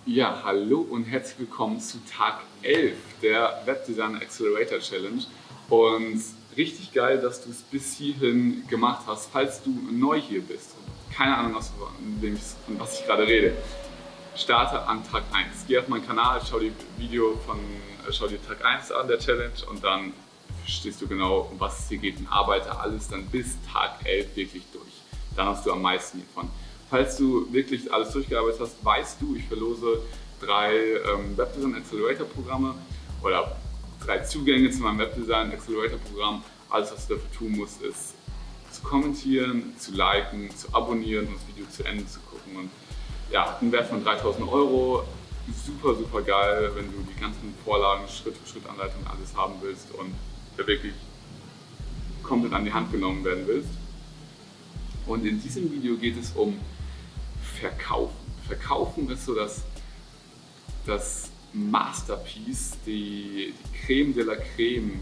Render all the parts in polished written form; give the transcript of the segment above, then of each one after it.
Ja, hallo und herzlich willkommen zu Tag 11 der Webdesign Accelerator Challenge. Und richtig geil, dass du es bis hierhin gemacht hast, falls du neu hier bist und keine Ahnung hast, von was ich gerade rede. Starte an Tag 1. Geh auf meinen Kanal, schau dir Tag 1 an der Challenge und dann verstehst du genau, um was es hier geht und arbeite alles dann bis Tag 11 wirklich durch. Dann hast du am meisten hiervon. Falls du wirklich alles durchgearbeitet hast, weißt du, ich verlose 3 Webdesign Accelerator Programme oder 3 Zugänge zu meinem Webdesign Accelerator Programm. Alles, was du dafür tun musst, ist zu kommentieren, zu liken, zu abonnieren und das Video zu Ende zu gucken. Und ja, hat einen Wert von 3.000 €. Super, super geil, wenn du die ganzen Vorlagen, Schritt-für-Schritt-Anleitungen, alles haben willst und da wirklich komplett an die Hand genommen werden willst. Und in diesem Video geht es um Verkaufen. Verkaufen ist so das Masterpiece, die Creme de la Creme,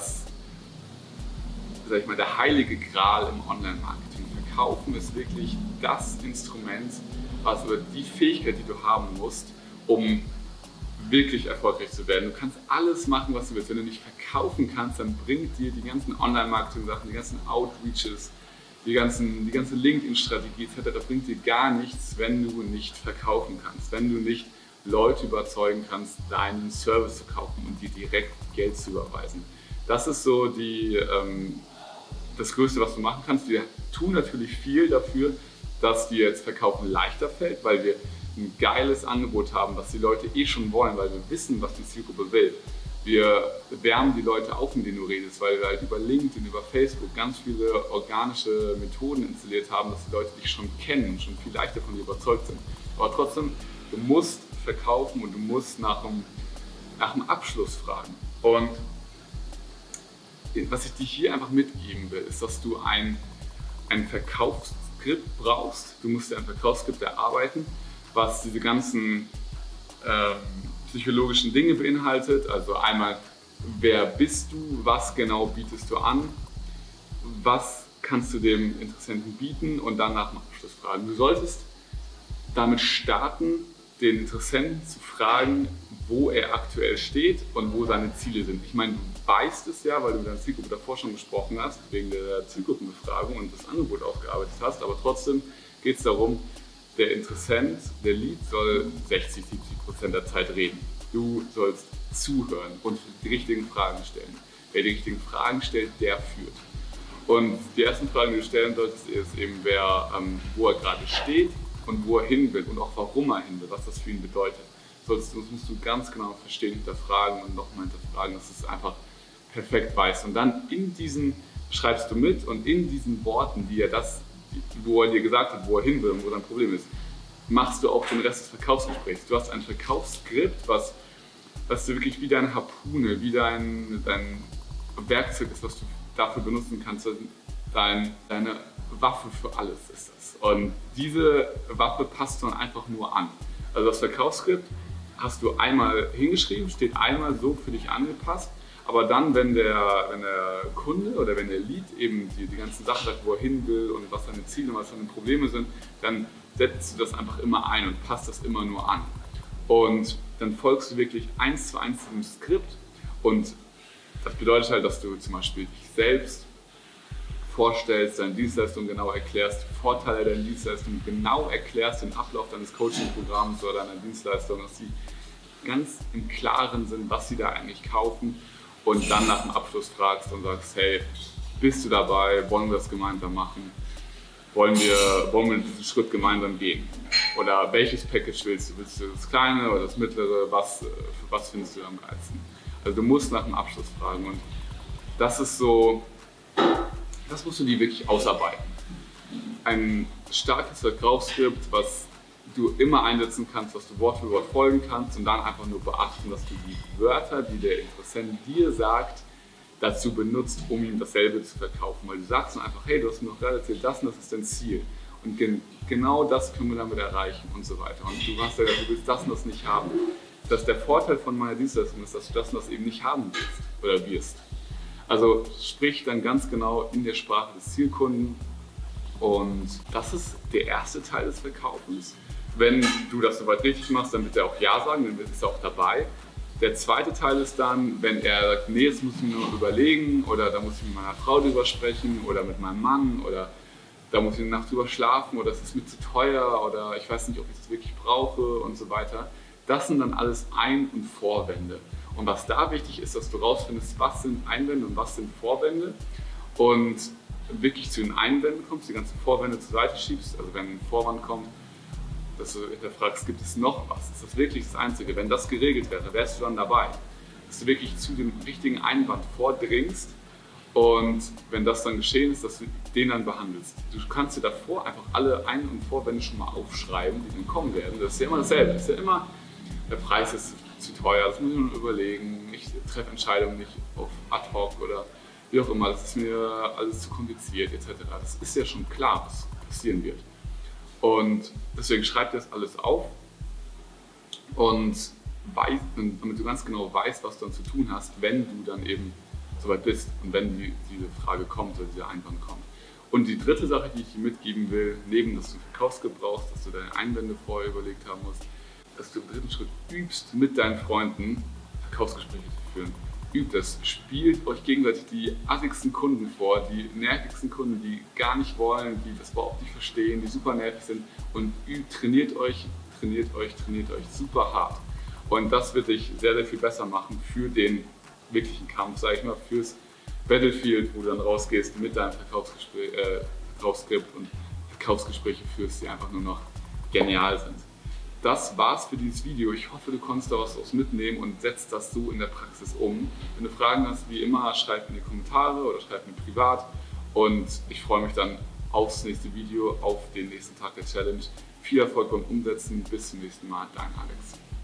der heilige Gral im Online-Marketing. Verkaufen ist wirklich das Instrument, oder die Fähigkeit, die du haben musst, um wirklich erfolgreich zu werden. Du kannst alles machen, was du willst. Wenn du nicht verkaufen kannst, dann bringt dir die ganzen Online-Marketing-Sachen, die ganzen Outreaches, die ganze LinkedIn-Strategie etc. bringt dir gar nichts, wenn du nicht verkaufen kannst, wenn du nicht Leute überzeugen kannst, deinen Service zu kaufen und dir direkt Geld zu überweisen. Das ist so das Größte, was du machen kannst. Wir tun natürlich viel dafür, dass dir jetzt Verkaufen leichter fällt, weil wir ein geiles Angebot haben, was die Leute schon wollen, weil wir wissen, was die Zielgruppe will. Wir wärmen die Leute auf, mit denen du redest, weil wir halt über LinkedIn, über Facebook ganz viele organische Methoden installiert haben, dass die Leute dich schon kennen und schon viel leichter von dir überzeugt sind. Aber trotzdem, du musst verkaufen und du musst nach dem Abschluss fragen. Und was ich dir hier einfach mitgeben will, ist, dass du ein Verkaufsskript brauchst. Du musst dir ein Verkaufsskript erarbeiten, was diese ganzen psychologischen Dinge beinhaltet. Also einmal, wer bist du, was genau bietest du an, was kannst du dem Interessenten bieten und dann nach dem Abschluss fragen. Du solltest damit starten, den Interessenten zu fragen, wo er aktuell steht und wo seine Ziele sind. Ich meine, du weißt es ja, weil du mit deiner Zielgruppe davor schon gesprochen hast, wegen der Zielgruppenbefragung und das Angebot aufgearbeitet hast, aber trotzdem geht es darum, der Interessent, der Lead, soll 60–70% der Zeit reden. Du sollst zuhören und die richtigen Fragen stellen. Wer die richtigen Fragen stellt, der führt. Und die ersten Fragen, die du stellen solltest, ist eben, wo er gerade steht und wo er hin will und auch warum er hin will, was das für ihn bedeutet. Das musst du ganz genau verstehen, hinterfragen und nochmal hinterfragen, dass du es einfach perfekt weißt. Und dann schreibst du mit und in diesen Worten, wo er dir gesagt hat, wo er hin will und wo sein Problem ist, machst du auch den Rest des Verkaufsgesprächs. Du hast ein Verkaufsskript, was du wirklich wie deine Harpune, wie dein Werkzeug ist, was du dafür benutzen kannst. Deine Waffe für alles ist das. Und diese Waffe passt dann einfach nur an. Also das Verkaufsskript hast du einmal hingeschrieben, steht einmal so für dich angepasst. Aber dann, wenn der Kunde oder wenn der Lead eben die ganzen Sachen sagt, wo er hin will und was seine Ziele und was seine Probleme sind, dann setzt du das einfach immer ein und passt das immer nur an. Und dann folgst du wirklich 1:1 dem Skript und das bedeutet halt, dass du zum Beispiel dich selbst vorstellst, deine Dienstleistung genau erklärst, die Vorteile deiner Dienstleistung genau erklärst, den Ablauf deines Coaching-Programms oder deiner Dienstleistung, dass sie ganz im Klaren sind, was sie da eigentlich kaufen. Und dann nach dem Abschluss fragst und sagst, hey, bist du dabei, wollen wir das gemeinsam machen, wollen wir diesen Schritt gemeinsam gehen? Oder welches Package willst du? Willst du das kleine oder das mittlere? Was findest du am geilsten? Also du musst nach dem Abschluss fragen und das musst du dir wirklich ausarbeiten. Ein starkes Verkaufsskript, was du immer einsetzen kannst, was du Wort für Wort folgen kannst und dann einfach nur beachten, dass du die Wörter, die der Interessent dir sagt, dazu benutzt, um ihm dasselbe zu verkaufen. Weil du sagst dann einfach, hey, du hast mir noch gerade erzählt, das und das ist dein Ziel. Und genau das können wir damit erreichen und so weiter. Und du willst das und das nicht haben. Dass der Vorteil von meiner Dienstleistung ist, dass du das und das eben nicht haben willst oder wirst. Also sprich dann ganz genau in der Sprache des Zielkunden. Und das ist der erste Teil des Verkaufens. Wenn du das soweit richtig machst, dann wird er auch Ja sagen, dann ist er auch dabei. Der zweite Teil ist dann, wenn er sagt, nee, das muss ich mir noch überlegen oder da muss ich mit meiner Frau drüber sprechen oder mit meinem Mann oder da muss ich eine Nacht drüber schlafen oder es ist mir zu teuer oder ich weiß nicht, ob ich das wirklich brauche und so weiter. Das sind dann alles Ein- und Vorwände. Und was da wichtig ist, dass du rausfindest, was sind Einwände und was sind Vorwände und wirklich zu den Einwänden kommst, die ganzen Vorwände zur Seite schiebst. Also wenn ein Vorwand kommt, dass du hinterfragst, gibt es noch was? Ist das wirklich das Einzige? Wenn das geregelt wäre, wärst du dann dabei. Dass du wirklich zu dem richtigen Einwand vordringst und wenn das dann geschehen ist, dass du den dann behandelst. Du kannst dir davor einfach alle Ein- und Vorwände schon mal aufschreiben, die dann kommen werden. Das ist ja immer dasselbe. Das ist ja immer, der Preis ist zu teuer, das muss ich mir nur überlegen. Ich treffe Entscheidungen nicht auf ad hoc oder wie auch immer. Das ist mir alles zu kompliziert etc. Das ist ja schon klar, was passieren wird. Und deswegen schreib dir das alles auf und damit du ganz genau weißt, was du dann zu tun hast, wenn du dann eben soweit bist und wenn diese Frage kommt oder dieser Einwand kommt. Und die dritte Sache, die ich dir mitgeben will, neben dass du einen Verkaufsskript brauchst, dass du deine Einwände vorher überlegt haben musst, dass du im dritten Schritt übst, mit deinen Freunden Verkaufsgespräche zu führen. Übt es, spielt euch gegenseitig die assigsten Kunden vor, die nervigsten Kunden, die gar nicht wollen, die das überhaupt nicht verstehen, die super nervig sind und trainiert euch super hart. Und das wird dich sehr, sehr viel besser machen für den wirklichen Kampf, sage ich mal, fürs Battlefield, wo du dann rausgehst mit deinem Verkaufsskript und Verkaufsgespräche führst, die einfach nur noch genial sind. Das war's für dieses Video. Ich hoffe, du konntest da was mitnehmen und setzt das so in der Praxis um. Wenn du Fragen hast, wie immer, schreib mir in die Kommentare oder schreib mir privat. Und ich freue mich dann aufs nächste Video, auf den nächsten Tag der Challenge. Viel Erfolg beim Umsetzen. Bis zum nächsten Mal. Dein Alex.